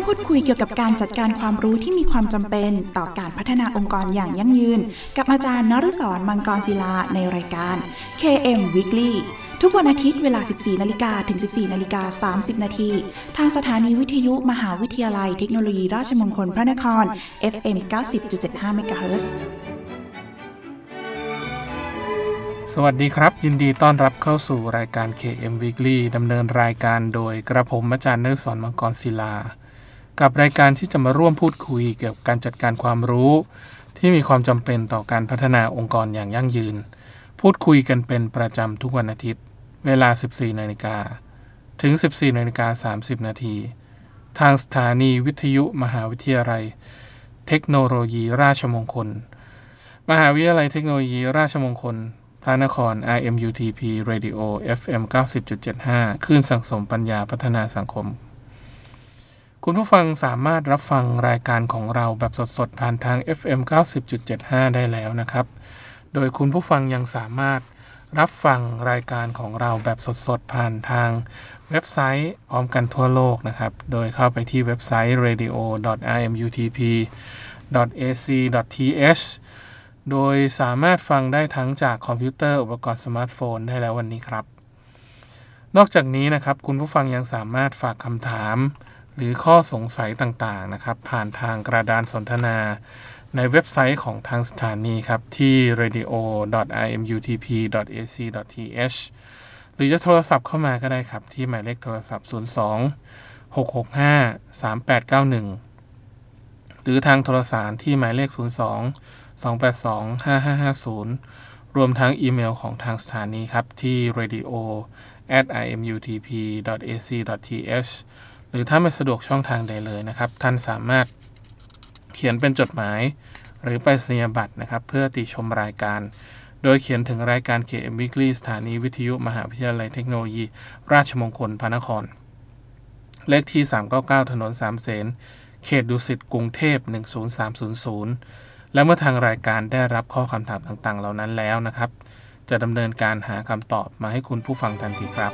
พูดคุยเกี่ยวกับการจัดการความรู้ที่มีความจำเป็นต่อการพัฒนาองค์กรอย่างยั่งยืนกับอาจารย์นฤศร มังกรศิลาในรายการ KM Weekly ทุกวันอาทิตย์เวลา 14 นาฬิกาถึง 14 นาฬิกา 30 นาทีทางสถานีวิทยุมหาวิทยาลัยเทคโนโลยีราชมงคลพระนคร FM 90.75 เมกะเฮิรตซ์สวัสดีครับยินดีต้อนรับเข้าสู่รายการ KM Weekly ดำเนินรายการโดยกระผมอาจารย์นฤศร มังกรศิลากับรายการที่จะมาร่วมพูดคุยเกี่ยวกับการจัดการความรู้ที่มีความจำเป็นต่อการพัฒนาองค์กรอย่างยั่งยืนพูดคุยกันเป็นประจำทุกวันอาทิตย์เวลา 14 นาฬิกาถึง 14 นาฬิกา 30 นาทีทางสถานีวิทยุมหาวิทยาลัยเทคโนโลยีราชมงคลมหาวิทยาลัยเทคโนโลยีราชมงคลพระนคร RMUTP Radio FM 90.75 คลื่นสังสมปัญญาพัฒนาสังคมคุณผู้ฟังสามารถรับฟังรายการของเราแบบสดๆผ่านทาง FM 90.75 ได้แล้วนะครับโดยคุณผู้ฟังยังสามารถรับฟังรายการของเราแบบสดๆผ่านทางเว็บไซต์พร้อมกันทั่วโลกนะครับโดยเข้าไปที่เว็บไซต์ radio.rmutp.ac.th โดยสามารถฟังได้ทั้งจากคอมพิวเตอร์อุปกรณ์สมาร์ทโฟนได้แล้ววันนี้ครับนอกจากนี้นะครับคุณผู้ฟังยังสามารถฝากคำถามหรือข้อสงสัยต่างๆนะครับผ่านทางกระดานสนทนาในเว็บไซต์ของทางสถานีครับที่ radio.rmutp.ac.th หรือจะโทรศัพท์เข้ามาก็ได้ครับที่หมายเลขโทรศัพท์ 02-665-3891 หรือทางโทรสารที่หมายเลข 02-282-5550 รวมทั้งอีเมลของทางสถานีครับที่ radio@rmutp.ac.th หรือถ้าไม่สะดวกช่องทางใดเลยนะครับท่านสามารถเขียนเป็นจดหมายหรือไปรษณียบัตรนะครับเพื่อติชมรายการโดยเขียนถึงรายการ KM Weekly สถานีวิทยุมหาวิทยาลัยเทคโนโลยีราชมงคลพระนครเลขที่399ถนนสามเสนเขตดุสิตกรุงเทพ10300และเมื่อทางรายการได้รับข้อคำถามต่างๆเหล่านั้นแล้วนะครับจะดำเนินการหาคำตอบมาให้คุณผู้ฟังทันทีครับ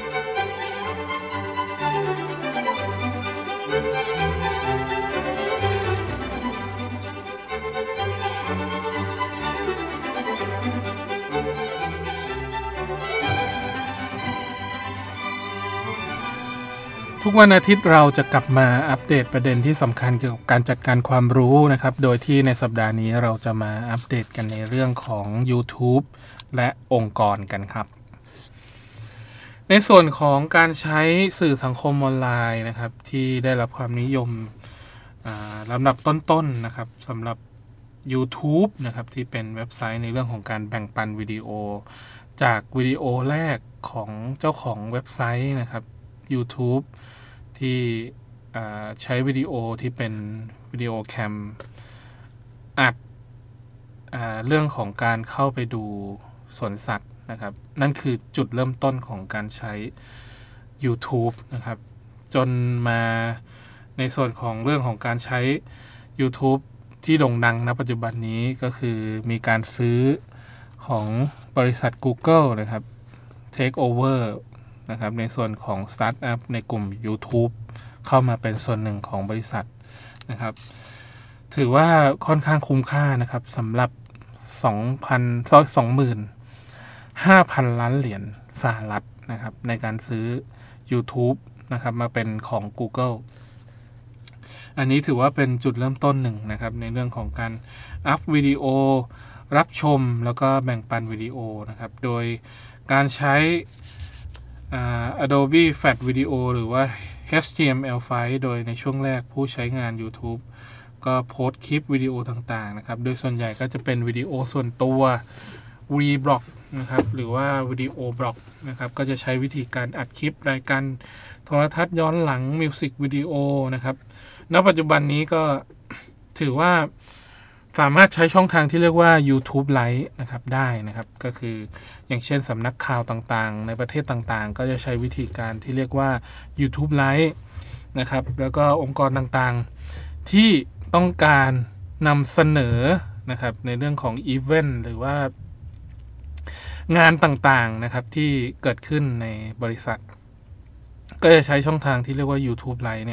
ทุกวันอาทิตย์เราจะกลับมาอัปเดตประเด็นที่สำคัญเกี่ยวกับการจัดการความรู้นะครับโดยที่ในสัปดาห์นี้เราจะมาอัปเดตกันในเรื่องของ YouTube และองค์กรกันครับในส่วนของการใช้สื่อสังคมออนไลน์นะครับที่ได้รับความนิยมลำดับต้นๆนะครับสำหรับ YouTube นะครับที่เป็นเว็บไซต์ในเรื่องของการแบ่งปันวิดีโอจากวิดีโอแรกของเจ้าของเว็บไซต์นะครับ YouTube ที่ใช้วิดีโอที่เป็นวิดีโอแคมอัดเรื่องของการเข้าไปดูสวนสัตว์นะครับนั่นคือจุดเริ่มต้นของการใช้ YouTube นะครับจนมาในส่วนของเรื่องของการใช้ YouTube ที่โด่งดังณปัจจุบันนี้ก็คือมีการซื้อของบริษัท Google นะครับ Take Over นะครับในส่วนของสตาร์ทอัพในกลุ่ม YouTube เข้ามาเป็นส่วนหนึ่งของบริษัทนะครับถือว่าค่อนข้างคุ้มค่านะครับสำหรับ 25,000 ล้านเหรียญสหรัฐนะครับในการซื้อ YouTube นะครับมาเป็นของ Google อันนี้ถือว่าเป็นจุดเริ่มต้นหนึ่งนะครับในเรื่องของการอัพวิดีโอรับชมแล้วก็แบ่งปันวิดีโอนะครับโดยการใช้Adobe Flash Video หรือว่า HTML5 โดยในช่วงแรกผู้ใช้งาน YouTube ก็โพสต์คลิปวิดีโอต่างๆนะครับโดยส่วนใหญ่ก็จะเป็นวิดีโอส่วนตัว Vlog นะครับหรือว่าวิดีโอบล็อกนะครับก็จะใช้วิธีการอัดคลิปรายการโทรทัศน์ย้อนหลังมิวสิกวิดีโอนะครับณปัจจุบันนี้ก็ถือว่าสามารถใช้ช่องทางที่เรียกว่า YouTube Lite นะครับได้นะครับก็คืออย่างเช่นสำนักข่าวต่างๆในประเทศต่างๆก็จะใช้วิธีการที่เรียกว่า YouTube Lite นะครับแล้วก็องค์กรต่างๆที่ต้องการนำเสนอนะครับในเรื่องของอีเวนต์หรือว่างานต่างๆนะครับที่เกิดขึ้นในบริษัทก็จะใช้ช่องทางที่เรียกว่า YouTube Lite เนี่ย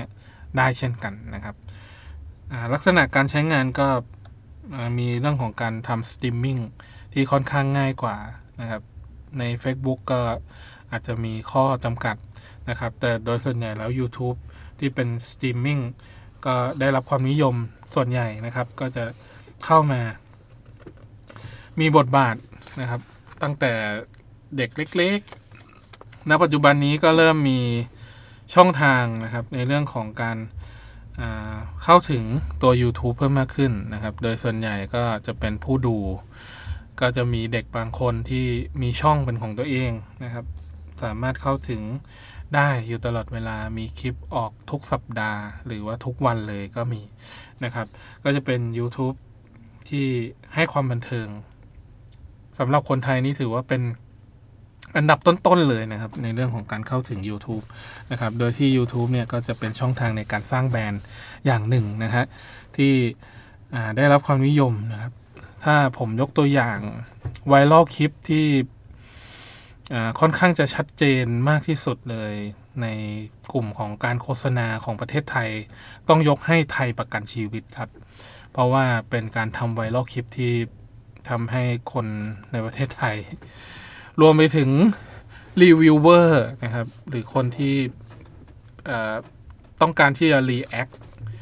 ได้เช่นกันนะครับลักษณะการใช้งานก็มีเรื่องของการทำสตรีมมิ่งที่ค่อนข้างง่ายกว่านะครับใน Facebook ก็อาจจะมีข้อจำกัดนะครับแต่โดยส่วนใหญ่แล้ว YouTube ที่เป็นสตรีมมิ่งก็ได้รับความนิยมส่วนใหญ่นะครับก็จะเข้ามามีบทบาทนะครับตั้งแต่เด็กเล็กๆณปัจจุบันนี้ก็เริ่มมีช่องทางนะครับในเรื่องของการเข้าถึงตัว YouTube เพิ่มมากขึ้นนะครับโดยส่วนใหญ่ก็จะเป็นผู้ดูก็จะมีเด็กบางคนที่มีช่องเป็นของตัวเองนะครับสามารถเข้าถึงได้อยู่ตลอดเวลามีคลิปออกทุกสัปดาห์หรือว่าทุกวันเลยก็มีนะครับก็จะเป็น YouTube ที่ให้ความบันเทิงสำหรับคนไทยนี่ถือว่าเป็นอันดับต้นๆเลยนะครับในเรื่องของการเข้าถึง YouTube นะครับโดยที่ YouTube เนี่ยก็จะเป็นช่องทางในการสร้างแบรนด์อย่างหนึ่งนะฮะที่ได้รับความนิยมนะครับถ้าผมยกตัวอย่างไวรัลคลิปที่ค่อนข้างจะชัดเจนมากที่สุดเลยในกลุ่มของการโฆษณาของประเทศไทยต้องยกให้ไทยประกันชีวิตครับเพราะว่าเป็นการทำไวรัลคลิปที่ทำให้คนในประเทศไทยรวมไปถึงรีวิวเวอร์นะครับหรือคนที่ต้องการที่จะรีแอค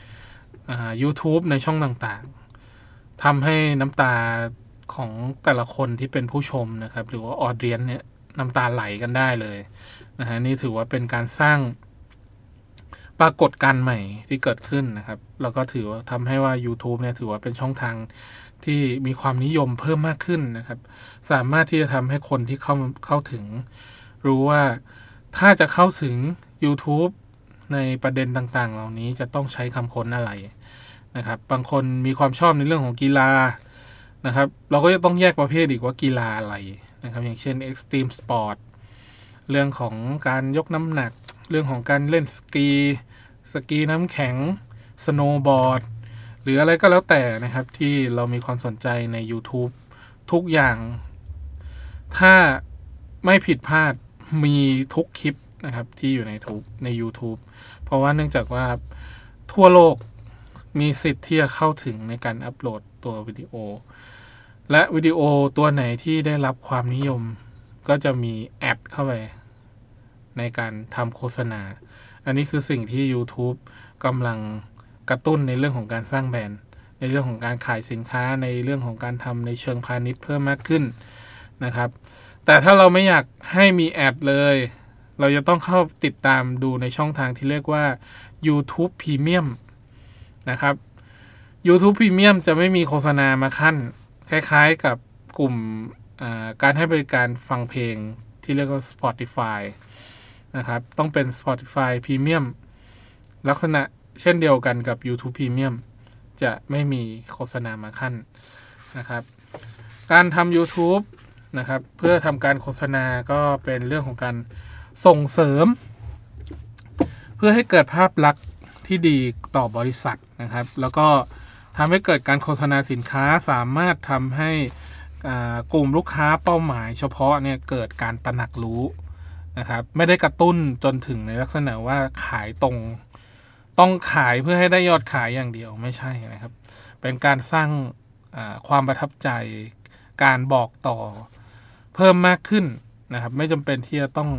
YouTube ในช่องต่างๆทำให้น้ำตาของแต่ละคนที่เป็นผู้ชมนะครับหรือว่าออเดียนเนี่ยน้ำตาไหลกันได้เลยนะฮะนี่ถือว่าเป็นการสร้างปรากฏการณ์ใหม่ที่เกิดขึ้นนะครับแล้วก็ถือว่าทำให้ว่า YouTube เนี่ยถือว่าเป็นช่องทางที่มีความนิยมเพิ่มมากขึ้นนะครับสามารถที่จะทำให้คนที่เข้าถึงรู้ว่าถ้าจะเข้าถึง YouTube ในประเด็นต่างๆเหล่านี้จะต้องใช้คำค้นอะไรนะครับบางคนมีความชอบในเรื่องของกีฬานะครับเราก็จะต้องแยกประเภทอีกว่ากีฬาอะไรนะครับอย่างเช่น Extreme Sport เรื่องของการยกน้ำหนักเรื่องของการเล่นสกีน้ำแข็งสโนว์บอร์ดหรืออะไรก็แล้วแต่นะครับที่เรามีความสนใจใน YouTube ทุกอย่างถ้าไม่ผิดพลาดมีทุกคลิปนะครับที่อยู่ใน YouTube เพราะว่าเนื่องจากว่าทั่วโลกมีสิทธิ์ที่จะเข้าถึงในการอัปโหลดตัววิดีโอและวิดีโอตัวไหนที่ได้รับความนิยมก็จะมีแอดเข้าไปในการทำโฆษณาอันนี้คือสิ่งที่ YouTube กำลังกระตุ้นในเรื่องของการสร้างแบรนด์ในเรื่องของการขายสินค้าในเรื่องของการทำในเชิงพาณิชย์เพิ่มมากขึ้นนะครับแต่ถ้าเราไม่อยากให้มีแอดเลยเราจะต้องเข้าติดตามดูในช่องทางที่เรียกว่า YouTube Premium นะครับ YouTube Premium จะไม่มีโฆษณามาขั้นคล้ายๆกับกลุ่มการให้บริการฟังเพลงที่เรียกว่า Spotify นะครับต้องเป็น Spotify Premium ลักษณะเช่นเดียวกันกับ YouTube Premium จะไม่มีโฆษณามาขั้นนะครับการทำ YouTube นะครับเพื่อทำการโฆษณาก็เป็นเรื่องของการส่งเสริมเพื่อให้เกิดภาพลักษณ์ที่ดีต่อบริษัทนะครับแล้วก็ทำให้เกิดการโฆษณาสินค้าสามารถทำให้กลุ่มลูกค้าเป้าหมายเฉพาะเนี่ยเกิดการตระหนักรู้นะครับไม่ได้กระตุ้นจนถึงในลักษณะว่าขายตรงต้องขายเพื่อให้ได้ยอดขายอย่างเดียวไม่ใช่นะครับเป็นการสร้างความประทับใจการบอกต่อเพิ่มมากขึ้นนะครับไม่จำเป็นที่จะต้อง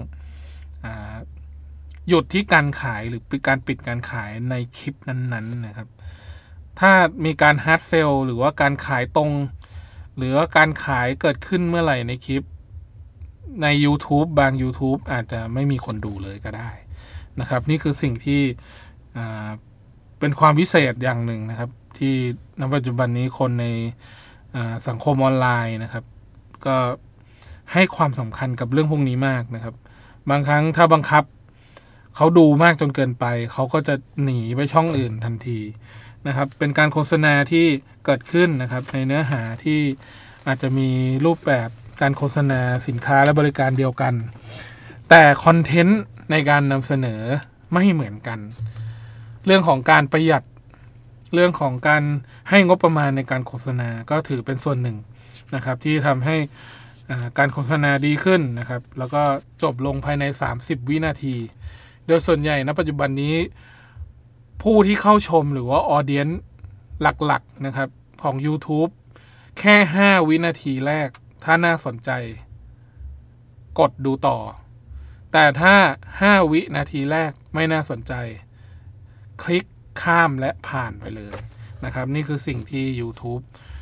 หยุดที่การขายหรือการปิดการขายในคลิปนั้นๆนะครับถ้ามีการฮาร์ดเซลหรือว่าการขายตรงหรือว่าการขายเกิดขึ้นเมื่อไหร่ในคลิปใน YouTube บาง YouTube อาจจะไม่มีคนดูเลยก็ได้นะครับนี่คือสิ่งที่เป็นความพิเศษอย่างหนึ่งนะครับที่ณปัจจุบันนี้คนในสังคมออนไลน์นะครับก็ให้ความสำคัญกับเรื่องพวกนี้มากนะครับบางครั้งถ้าบังคับเขาดูมากจนเกินไปเขาก็จะหนีไปช่องอื่นทันทีนะครับเป็นการโฆษณาที่เกิดขึ้นนะครับในเนื้อหาที่อาจจะมีรูปแบบการโฆษณาสินค้าและบริการเดียวกันแต่คอนเทนต์ในการนำเสนอไม่เหมือนกันเรื่องของการประหยัดเรื่องของการให้งบประมาณในการโฆษณาก็ถือเป็นส่วนหนึ่งนะครับที่ทำให้การโฆษณาดีขึ้นนะครับแล้วก็จบลงภายใน30วินาทีโดยส่วนใหญ่ณปัจจุบันนี้ผู้ที่เข้าชมหรือว่าออเดียนหลักๆนะครับของ YouTube แค่5วินาทีแรกถ้าน่าสนใจกดดูต่อแต่ถ้า5วินาทีแรกไม่น่าสนใจคลิกข้ามและผ่านไปเลยนะครับนี่คือสิ่งที่ YouTube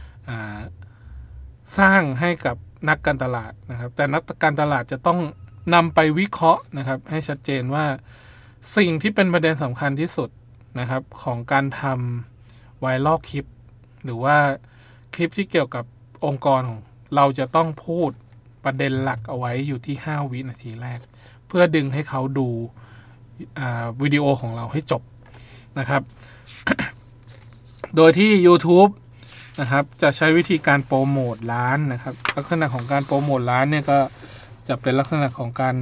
สร้างให้กับนักการตลาดนะครับแต่นักการตลาดจะต้องนำไปวิเคราะห์นะครับให้ชัดเจนว่าสิ่งที่เป็นประเด็นสำคัญที่สุดนะครับของการทำไวรัลคลิปหรือว่าคลิปที่เกี่ยวกับองค์กรของเราจะต้องพูดประเด็นหลักเอาไว้อยู่ที่5วินาทีแรกเพื่อดึงให้เขาดูวิดีโอของเราให้จบนะครับ โดยที่ YouTube นะครับจะใช้วิธีการโปรโมทร้านนะครับลักษณะของการโปรโมทร้านเนี่ยก็จะเป็นลักษณะของการ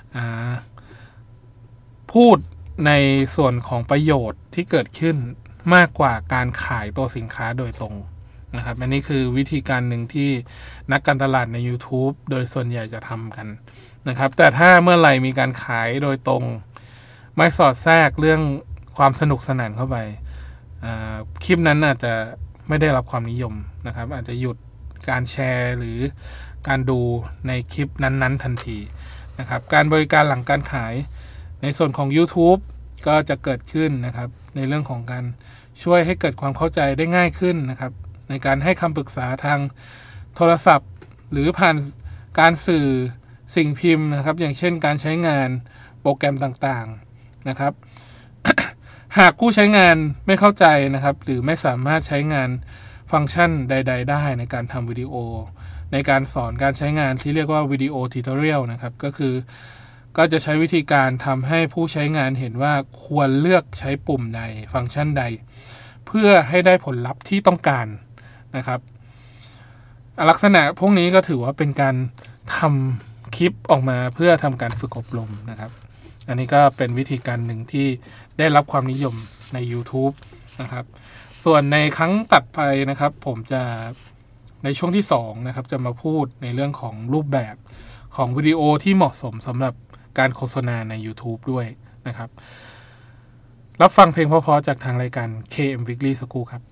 พูดในส่วนของประโยชน์ที่เกิดขึ้นมากกว่าการขายตัวสินค้าโดยตรงนะครับอันนี้คือวิธีการหนึ่งที่นักการตลาดใน YouTube โดยส่วนใหญ่จะทำกันนะครับแต่ถ้าเมื่อไหร่มีการขายโดยตรงไม่สอดแทรกเรื่องความสนุกสนานเข้าไปคลิปนั้นอาจจะไม่ได้รับความนิยมนะครับอาจจะหยุดการแชร์หรือการดูในคลิปนั้นๆทันทีนะครับการบริการหลังการขายในส่วนของ YouTube ก็จะเกิดขึ้นนะครับในเรื่องของการช่วยให้เกิดความเข้าใจได้ง่ายขึ้นนะครับในการให้คำปรึกษาทางโทรศัพท์หรือผ่านการสื่อสิ่งพิมพ์นะครับอย่างเช่นการใช้งานโปรแกรมต่างๆนะครับ หากผู้ใช้งานไม่เข้าใจนะครับหรือไม่สามารถใช้งานฟังก์ชันใดๆได้ในการทำวิดีโอในการสอนการใช้งานที่เรียกว่าวิดีโอทิวทอเรียลนะครับก็จะใช้วิธีการทำให้ผู้ใช้งานเห็นว่าควรเลือกใช้ปุ่มใดฟังก์ชันใดเพื่อให้ได้ผลลัพธ์ที่ต้องการนะครับลักษณะพวกนี้ก็ถือว่าเป็นการทำคลิปออกมาเพื่อทำการฝึกอบรมนะครับอันนี้ก็เป็นวิธีการหนึ่งที่ได้รับความนิยมใน YouTube นะครับส่วนในครั้งตัดไปนะครับผมจะในช่วงที่2นะครับจะมาพูดในเรื่องของรูปแบบของวิดีโอที่เหมาะสมสำหรับการโฆษณาใน YouTube ด้วยนะครับรับฟังเพลงเพราะๆจากทางรายการ KM Weekly สักครู่ครับ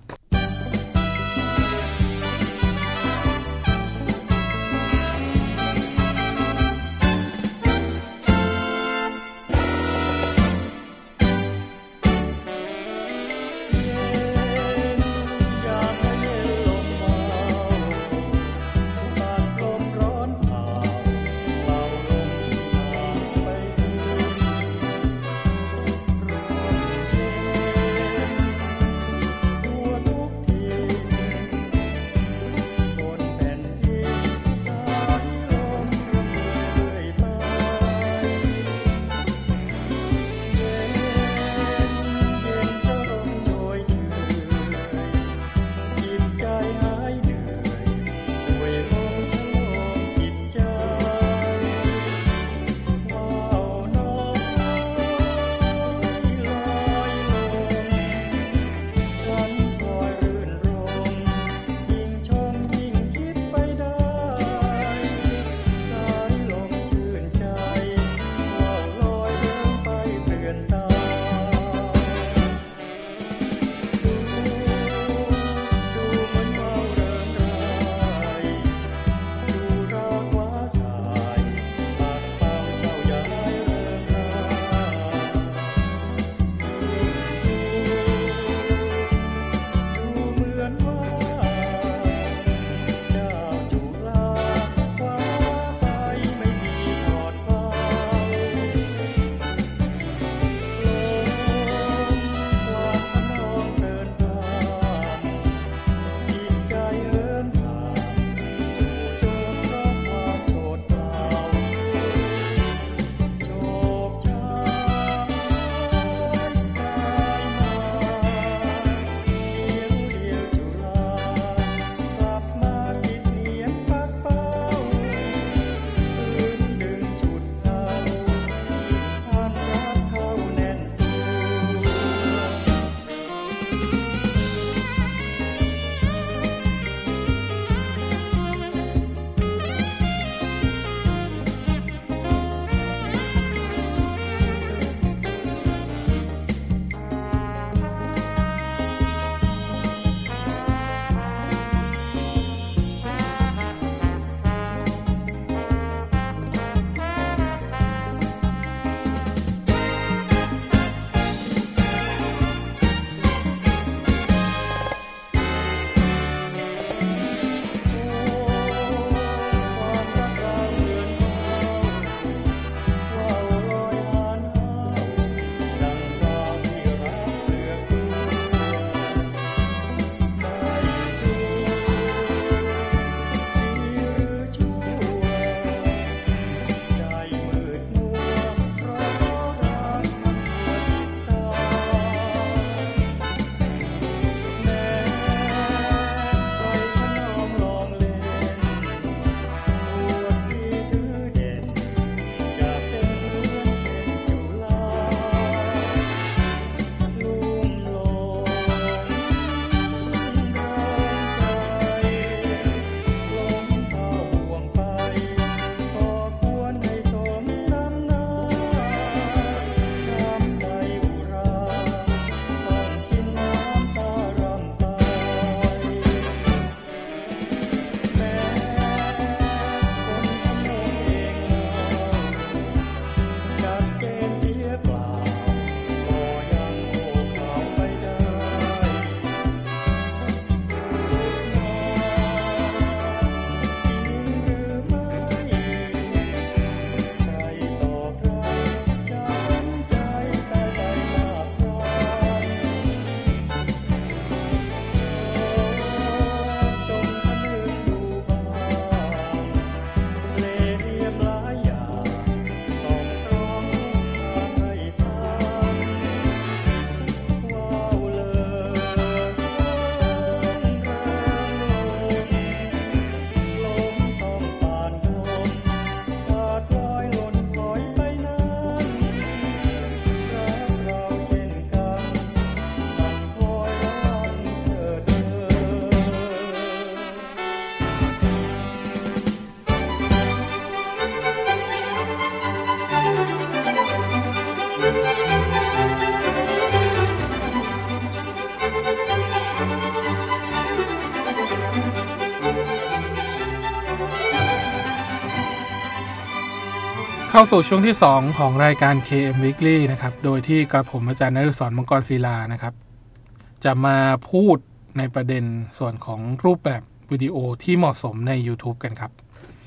ทั่วเข้าสู่ช่วงที่2ของรายการ KM Weekly นะครับโดยที่กระผมอาจารย์นฤศร มังกรศิลานะครับจะมาพูดในประเด็นส่วนของรูปแบบวิดีโอที่เหมาะสมใน YouTube กันครับ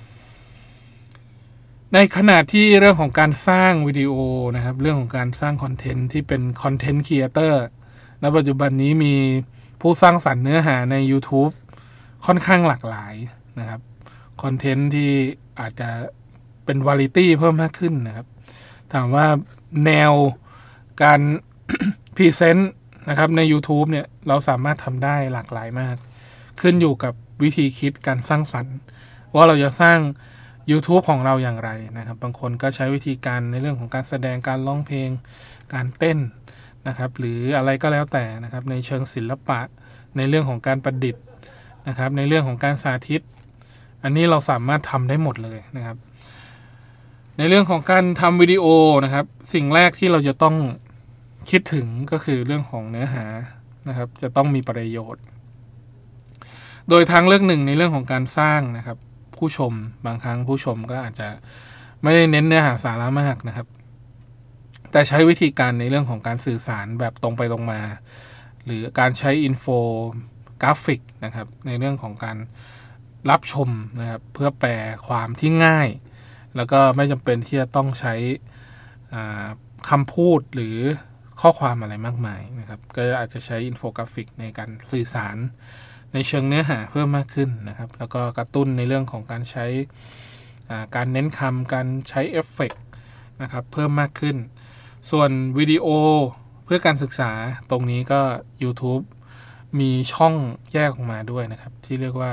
ในขณะที่เรื่องของการสร้างวิดีโอนะครับเรื่องของการสร้างคอนเทนต์ที่เป็นคอนเทนต์ครีเอเตอร์ณปัจจุบันนี้มีผู้สร้างสรรค์เนื้อหาใน YouTube ค่อนข้างหลากหลายนะครับคอนเทนต์ที่อาจจะเป็นวาไรตี้เพิ่มมากขึ้นนะครับถามว่าแนวการ พรีเซนต์นะครับใน YouTube เนี่ยเราสามารถทำได้หลากหลายมากขึ้นอยู่กับวิธีคิดการสร้างสรรค์ว่าเราจะสร้าง YouTube ของเราอย่างไรนะครับบางคนก็ใช้วิธีการในเรื่องของการแสดงการร้องเพลงการเต้นนะครับหรืออะไรก็แล้วแต่นะครับในเชิงศิลปะในเรื่องของการประดิษฐ์นะครับในเรื่องของการสาธิตอันนี้เราสามารถทำได้หมดเลยนะครับในเรื่องของการทำวิดีโอนะครับสิ่งแรกที่เราจะต้องคิดถึงก็คือเรื่องของเนื้อหานะครับจะต้องมีประโยชน์โดยทางเลือกหนึ่งในเรื่องของการสร้างนะครับผู้ชมบางครั้งผู้ชมก็อาจจะไม่ได้เน้นเนื้อหาสาระมากนะครับแต่ใช้วิธีการในเรื่องของการสื่อสารแบบตรงไปตรงมาหรือการใช้อินโฟกราฟิกนะครับในเรื่องของการรับชมนะครับเพื่อแปลความที่ง่ายแล้วก็ไม่จำเป็นที่จะต้องใช้คำพูดหรือข้อความอะไรมากมายนะครับก็อาจจะใช้อินโฟกราฟิกในการสื่อสารในเชิงเนื้อหาเพิ่มมากขึ้นนะครับแล้วก็กระตุ้นในเรื่องของการใช้การเน้นคำการใช้เอฟเฟกต์นะครับเพิ่มมากขึ้นส่วนวิดีโอเพื่อการศึกษาตรงนี้ก็ YouTube มีช่องแยกออกมาด้วยนะครับที่เรียกว่า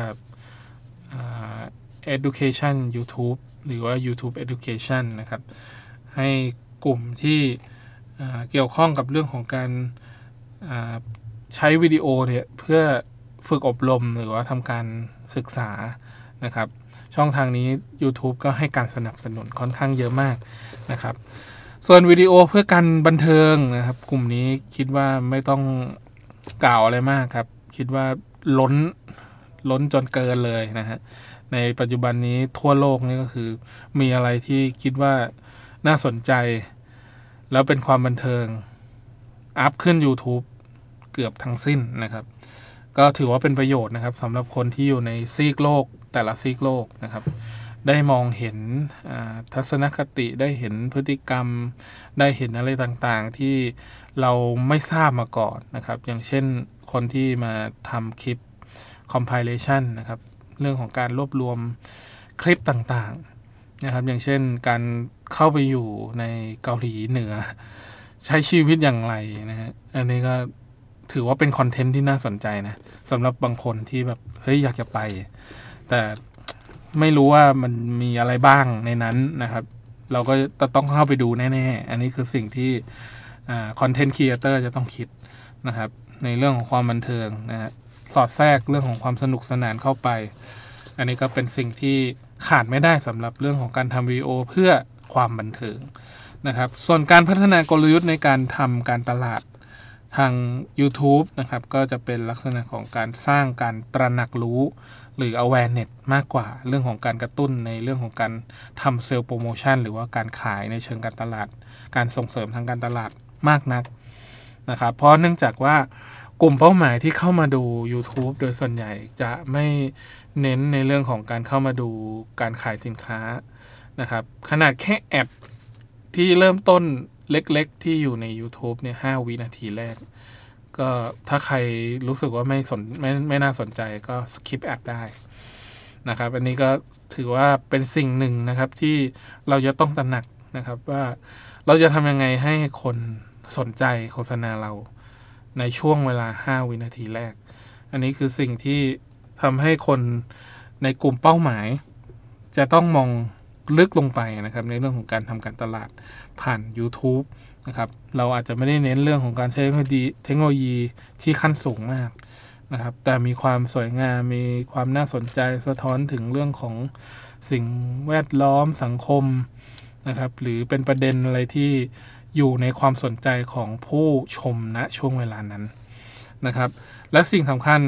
education YouTube หรือว่า YouTube Education นะครับให้กลุ่มที่เกี่ยวข้องกับเรื่องของการใช้วิดีโอเนี่ยเพื่อฝึกอบรมหรือว่าทำการศึกษานะครับช่องทางนี้ YouTube ก็ให้การสนับสนุนค่อนข้างเยอะมากนะครับส่วนวิดีโอเพื่อการบันเทิงนะครับกลุ่มนี้คิดว่าไม่ต้องกล่าวอะไรมากครับคิดว่าล้นจนเกินเลยนะฮะในปัจจุบันนี้ทั่วโลกนี่ก็คือมีอะไรที่คิดว่าน่าสนใจแล้วเป็นความบันเทิงอัพขึ้น YouTube เกือบทั้งสิ้นนะครับก็ถือว่าเป็นประโยชน์นะครับสำหรับคนที่อยู่ในซีกโลกแต่ละซีกโลกนะครับได้มองเห็นทัศนคติได้เห็นพฤติกรรมได้เห็นอะไรต่างๆที่เราไม่ทราบมาก่อนนะครับอย่างเช่นคนที่มาทำคลิป compilation นะครับเรื่องของการรวบรวมคลิปต่างๆนะครับอย่างเช่นการเข้าไปอยู่ในเกาหลีเหนือใช้ชีวิตอย่างไรนะฮะอันนี้ก็ถือว่าเป็นคอนเทนต์ที่น่าสนใจนะสำหรับบางคนที่แบบเฮ้ยอยากจะไปแต่ไม่รู้ว่ามันมีอะไรบ้างในนั้นนะครับเราก็ต้องเข้าไปดูแน่ๆอันนี้คือสิ่งที่คอนเทนต์ครีเอเตอร์จะต้องคิดนะครับในเรื่องของความบันเทิงนะฮะสอดแทรกเรื่องของความสนุกสนานเข้าไปอันนี้ก็เป็นสิ่งที่ขาดไม่ได้สำหรับเรื่องของการทำวิดีโอเพื่อความบันเทิงนะครับส่วนการพัฒนากลยุทธ์ในการทำการตลาดทาง YouTube นะครับก็จะเป็นลักษณะของการสร้างการตระหนักรู้หรือ awareness มากกว่าเรื่องของการกระตุ้นในเรื่องของการทำเซลล์โปรโมชั่นหรือว่าการขายในเชิงการตลาดการส่งเสริมทางการตลาดมากนักนะครับเพราะเนื่องจากว่ากลุ่มเป้าหมายที่เข้ามาดู YouTube โดยส่วนใหญ่จะไม่เน้นในเรื่องของการเข้ามาดูการขายสินค้านะครับขนาดแค่แอดที่เริ่มต้นเล็กๆที่อยู่ใน YouTube เนี่ย5 วินาทีแรกก็ถ้าใครรู้สึกว่าไม่น่าสนใจก็สคิปแอดได้นะครับอันนี้ก็ถือว่าเป็นสิ่งหนึ่งนะครับที่เราจะต้องตระหนักนะครับว่าเราจะทำยังไงให้คนสนใจโฆษณาเราในช่วงเวลา5 วินาทีแรกอันนี้คือสิ่งที่ทำให้คนในกลุ่มเป้าหมายจะต้องมองลึกลงไปนะครับในเรื่องของการทำการตลาดผ่าน YouTube นะครับเราอาจจะไม่ได้เน้นเรื่องของการใช้เทคโนโลยีที่ขั้นสูงมากนะครับแต่มีความสวยงามมีความน่าสนใจสะท้อนถึงเรื่องของสิ่งแวดล้อมสังคมนะครับหรือเป็นประเด็นอะไรที่อยู่ในความสนใจของผู้ชมณช่วงเวลานั้นนะครับและสิ่งสำคัญ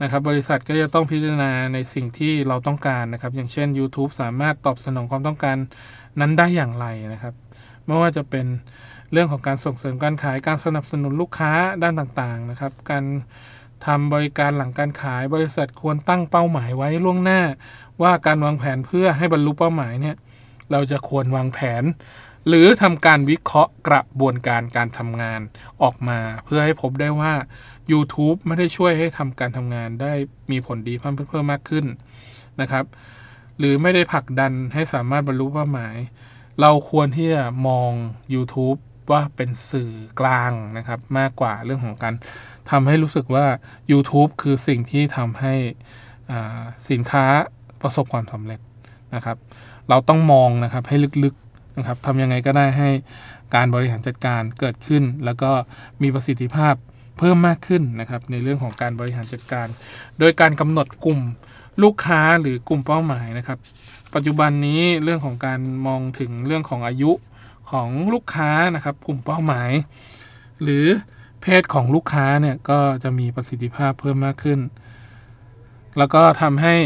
นะครับบริษัทก็จะต้องพิจารณาในสิ่งที่เราต้องการนะครับอย่างเช่น YouTube สามารถตอบสนองความต้องการนั้นได้อย่างไรนะครับไม่ว่าจะเป็นเรื่องของการส่งเสริมการขายการสนับสนุนลูกค้าด้านต่างๆนะครับการทำบริการหลังการขายบริษัทควรตั้งเป้าหมายไว้ล่วงหน้าว่าการวางแผนเพื่อให้บรรลุเป้าหมายเนี่ยเราจะควรวางแผนหรือทำการวิเคราะห์กระบวนการทำงานออกมาเพื่อให้พบได้ว่า YouTube ไม่ได้ช่วยให้ทำการทำงานได้มีผลดีเพิ่มมากขึ้นนะครับหรือไม่ได้ผลักดันให้สามารถบรรลุเป้าหมายเราควรที่จะมอง YouTube ว่าเป็นสื่อกลางนะครับมากกว่าเรื่องของการทำให้รู้สึกว่า YouTube คือสิ่งที่ทำให้สินค้าประสบความสำเร็จนะครับเราต้องมองนะครับให้ลึกๆนะครับทำยังไงก็ได้ให้การบริหารจัดการเกิดขึ้นแล้วก็มีประสิทธิภาพเพิ่มมากขึ้นนะครับในเรื่องของการบริหารจัดการโดยการกำหนดกลุ่มลูกค้าหรือกลุ่มเป้าหมายนะครับปัจจุบันนี้เรื่องของการมองถึงเรื่องของอายุของลูกค้านะครับกลุ่มเป้าหมายหรือเพศของลูกค้าเนี่ยก็จะมีประสิทธิภาพเพิ่มมากขึ้นแล้วก็ทำให้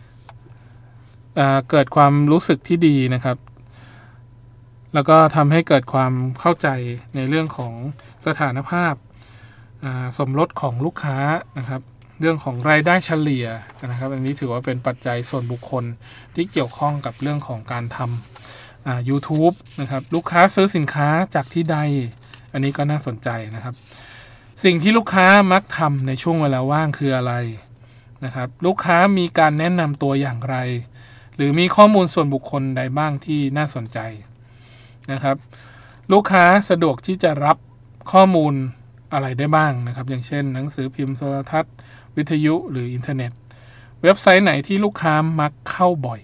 เกิดความรู้สึกที่ดีนะครับแล้วก็ทำให้เกิดความเข้าใจในเรื่องของสถานภาพสมรสของลูกค้านะครับเรื่องของรายได้เฉลี่ยนะครับอันนี้ถือว่าเป็นปัจจัยส่วนบุคคลที่เกี่ยวข้องกับเรื่องของการทำYouTube นะครับลูกค้าซื้อสินค้าจากที่ใดอันนี้ก็น่าสนใจนะครับสิ่งที่ลูกค้ามักทำในช่วงเวลาว่างคืออะไรนะครับลูกค้ามีการแนะนำตัวอย่างไรหรือมีข้อมูลส่วนบุคคลใดบ้างที่น่าสนใจนะครับลูกค้าสะดวกที่จะรับข้อมูลอะไรได้บ้างนะครับอย่างเช่นหนังสือพิมพ์โทรทัศน์วิทยุหรืออินเทอร์เน็ตเว็บไซต์ไหนที่ลูกค้ามักเข้าบ่อย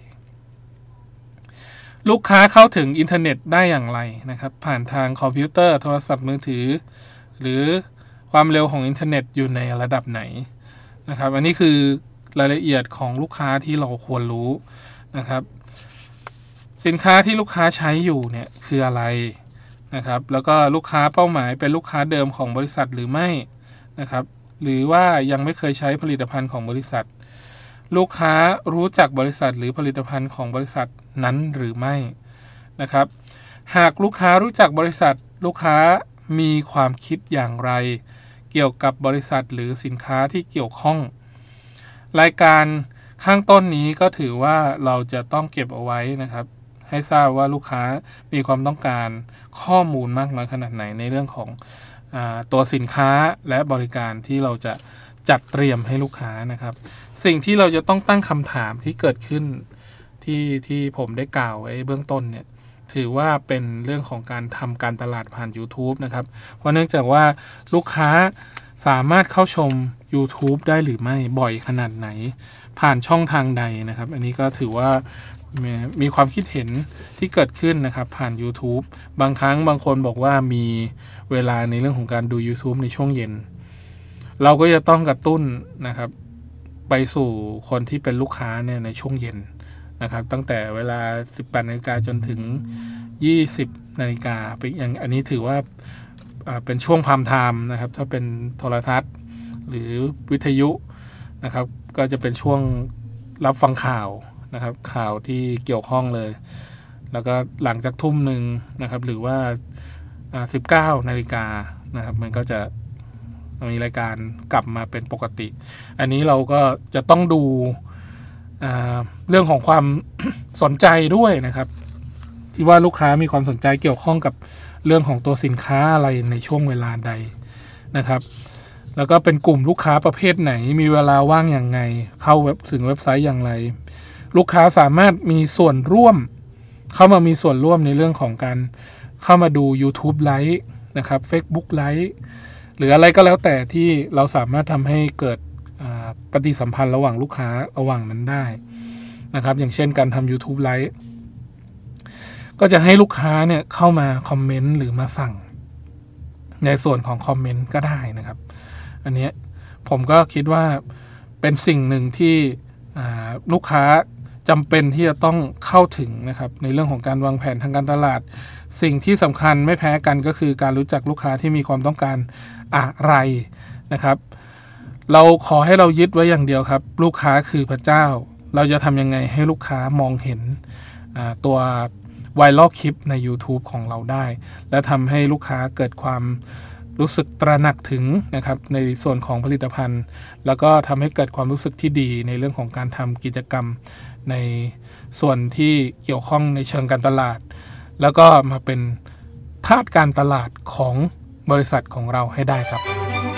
ลูกค้าเข้าถึงอินเทอร์เน็ตได้อย่างไรนะครับผ่านทางคอมพิวเตอร์โทรศัพท์มือถือหรือความเร็วของอินเทอร์เน็ตอยู่ในระดับไหนนะครับอันนี้คือรายละเอียดของลูกค้าที่เราควรรู้นะครับสินค้าที่ลูกค้าใช้อยู่เนี่ยคืออะไรนะครับแล้วก็ลูกค้าเป้าหมายเป็นลูกค้าเดิมของบริษัทหรือไม่นะครับหรือว่ายังไม่เคยใช้ผลิตภัณฑ์ของบริษัทลูกค้ารู้จักบริษัทหรือผลิตภัณฑ์ของบริษัทนั้นหรือไม่นะครับหากลูกค้ารู้จักบริษัทลูกค้ามีความคิดอย่างไรเกี่ยวกับบริษัทหรือสินค้าที่เกี่ยวข้องรายการข้างต้นนี้ก็ถือว่าเราจะต้องเก็บเอาไว้นะครับให้ทราบว่าลูกค้ามีความต้องการข้อมูลมากน้อยขนาดไหนในเรื่องของตัวสินค้าและบริการที่เราจะจัดเตรียมให้ลูกค้านะครับสิ่งที่เราจะต้องตั้งคำถามที่เกิดขึ้นที่ผมได้กล่าวไว้เบื้องต้นเนี่ยถือว่าเป็นเรื่องของการทำการตลาดผ่าน YouTube นะครับเพราะเนื่องจากว่าลูกค้าสามารถเข้าชม YouTube ได้หรือไม่บ่อยขนาดไหนผ่านช่องทางใดนะครับอันนี้ก็ถือว่ามีความคิดเห็นที่เกิดขึ้นนะครับผ่าน YouTube บางครั้งบางคนบอกว่ามีเวลาในเรื่องของการดู YouTube ในช่วงเย็นเราก็จะต้องกระตุ้นนะครับไปสู่คนที่เป็นลูกค้าเนี่ยในช่วงเย็นนะครับตั้งแต่เวลา 18 นาฬิกาจนถึง 20 นาฬิกาอย่างอันนี้ถือว่าเป็นช่วงพามไทม์นะครับถ้าเป็นโทรทัศน์หรือวิทยุนะครับก็จะเป็นช่วงรับฟังข่าวนะครับข่าวที่เกี่ยวข้องเลยแล้วก็หลังจากทุ่มหนึ่งนะครับหรือว่า19 นาฬิกานะครับมันก็จะมีรายการกลับมาเป็นปกติอันนี้เราก็จะต้องดูเรื่องของความ สนใจด้วยนะครับที่ว่าลูกค้ามีความสนใจเกี่ยวข้องกับเรื่องของตัวสินค้าอะไรในช่วงเวลาใดนะครับแล้วก็เป็นกลุ่มลูกค้าประเภทไหนมีเวลาว่างอย่างไงเข้าถึงเว็บไซต์อย่างไรลูกค้าสามารถมีส่วนร่วมเข้ามามีส่วนร่วมในเรื่องของการเข้ามาดู YouTube Live นะครับ Facebook Live หรืออะไรก็แล้วแต่ที่เราสามารถทำให้เกิดปฏิสัมพันธ์ระหว่างลูกค้าระหว่างนั้นได้นะครับอย่างเช่นการทำ YouTube Live ก็จะให้ลูกค้าเนี่ยเข้ามาคอมเมนต์หรือมาสั่งในส่วนของคอมเมนต์ก็ได้นะครับอันนี้ผมก็คิดว่าเป็นสิ่งหนึ่งที่ลูกค้าจำเป็นที่จะต้องเข้าถึงนะครับในเรื่องของการวางแผนทางการตลาดสิ่งที่สำคัญไม่แพ้กันก็คือการรู้จักลูกค้าที่มีความต้องการอะไรนะครับเราขอให้เรายึดไว้อย่างเดียวครับลูกค้าคือพระเจ้าเราจะทำยังไงให้ลูกค้ามองเห็นตัวไวรัลคลิปใน YouTube ของเราได้และทำให้ลูกค้าเกิดความรู้สึกตระหนักถึงนะครับในส่วนของผลิตภัณฑ์แล้วก็ทำให้เกิดความรู้สึกที่ดีในเรื่องของการทำกิจกรรมในส่วนที่เกี่ยวข้องในเชิงการตลาดแล้วก็มาเป็นทาสการตลาดของบริษัทของเราให้ได้ครับ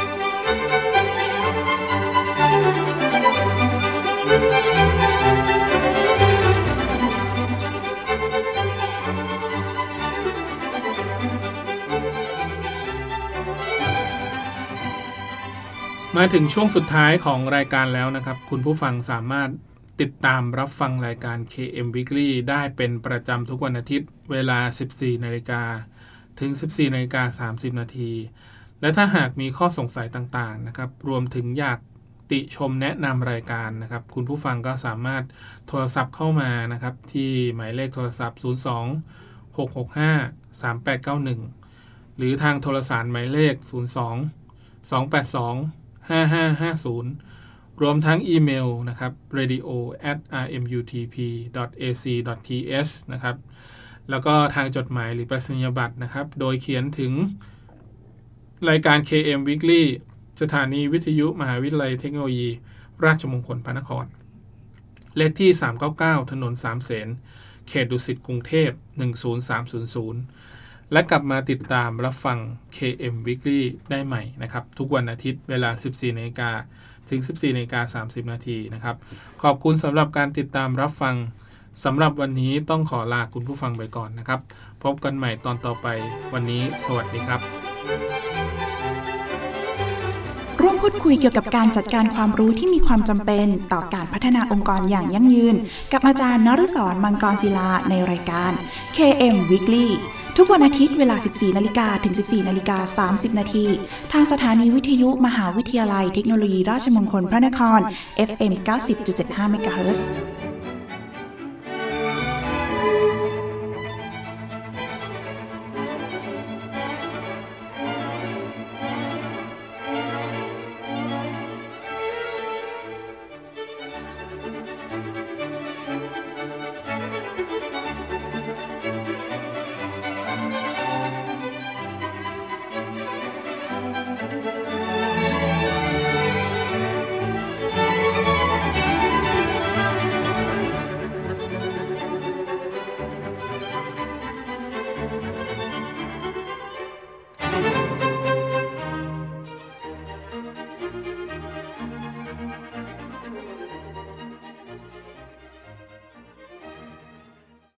มาถึงช่วงสุดท้ายของรายการแล้วนะครับคุณผู้ฟังสามารถติดตามรับฟังรายการ KM Weekly ได้เป็นประจำทุกวันอาทิตย์เวลา 14 นาฬิกาถึง 14 นาฬิกา 30 นาทีและถ้าหากมีข้อสงสัยต่างๆนะครับรวมถึงอยากติชมแนะนำรายการนะครับคุณผู้ฟังก็สามารถโทรศัพท์เข้ามานะครับที่หมายเลขโทรศัพท์ 02-665-3891 หรือทางโทรสารหมายเลข 02-282-5550 รวมทั้งอีเมลนะครับ radio@rmutp.ac.th นะครับแล้วก็ทางจดหมายหรือไปรษณียบัตรนะครับโดยเขียนถึงรายการ KM Weekly สถานีวิทยุมหาวิทยาลัยเทคโนโลยีราชมงคลพระนครเลขที่399ถนนสามเสนเขตดุสิตกรุงเทพ10300และกลับมาติดตามรับฟัง KM Weekly ได้ใหม่นะครับทุกวันอาทิตย์เวลา 14 นาฬิกาถึง 14 นาฬิกา 30 นาทีนะครับขอบคุณสำหรับการติดตามรับฟังสำหรับวันนี้ต้องขอลาคุณผู้ฟังไปก่อนนะครับพบกันใหม่ตอนต่อไปวันนี้สวัสดีครับร่วมพูดคุยเกี่ยวกับการจัดการความรู้ที่มีความจำเป็นต่อการพัฒนาองค์กรอย่างยั่งยืนกับอาจารย์นฤศร มังกรศิลาในรายการ KM Weekly ทุกวันอาทิตย์เวลา 14 นาฬิกาถึง 14 นาฬิกา 30 นาทีทางสถานีวิทยุมหาวิทยาลัยเทคโนโลยีราชมงคลพระนคร FM 90.75 เมกะเฮิรตซ์